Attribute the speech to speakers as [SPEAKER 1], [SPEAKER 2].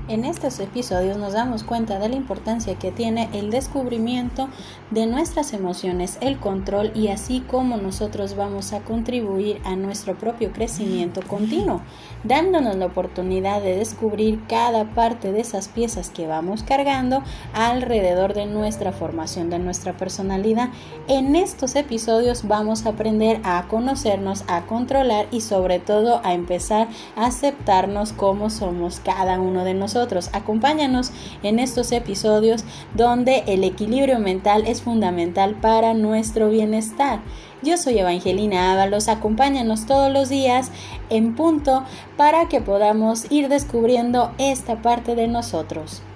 [SPEAKER 1] En estos episodios nos damos cuenta de la importancia que tiene el descubrimiento de nuestras emociones, el control y así como nosotros vamos a contribuir a nuestro propio crecimiento continuo, dándonos la oportunidad de descubrir cada parte de esas piezas que vamos cargando alrededor de nuestra formación, de nuestra personalidad. En estos episodios vamos a aprender a conocernos, a controlar y sobre todo a empezar a aceptarnos como somos cada uno de nosotros. Acompáñanos en estos episodios donde el equilibrio mental es fundamental para nuestro bienestar. Yo soy Evangelina Ábalos, acompáñanos todos los días en punto para que podamos ir descubriendo esta parte de nosotros.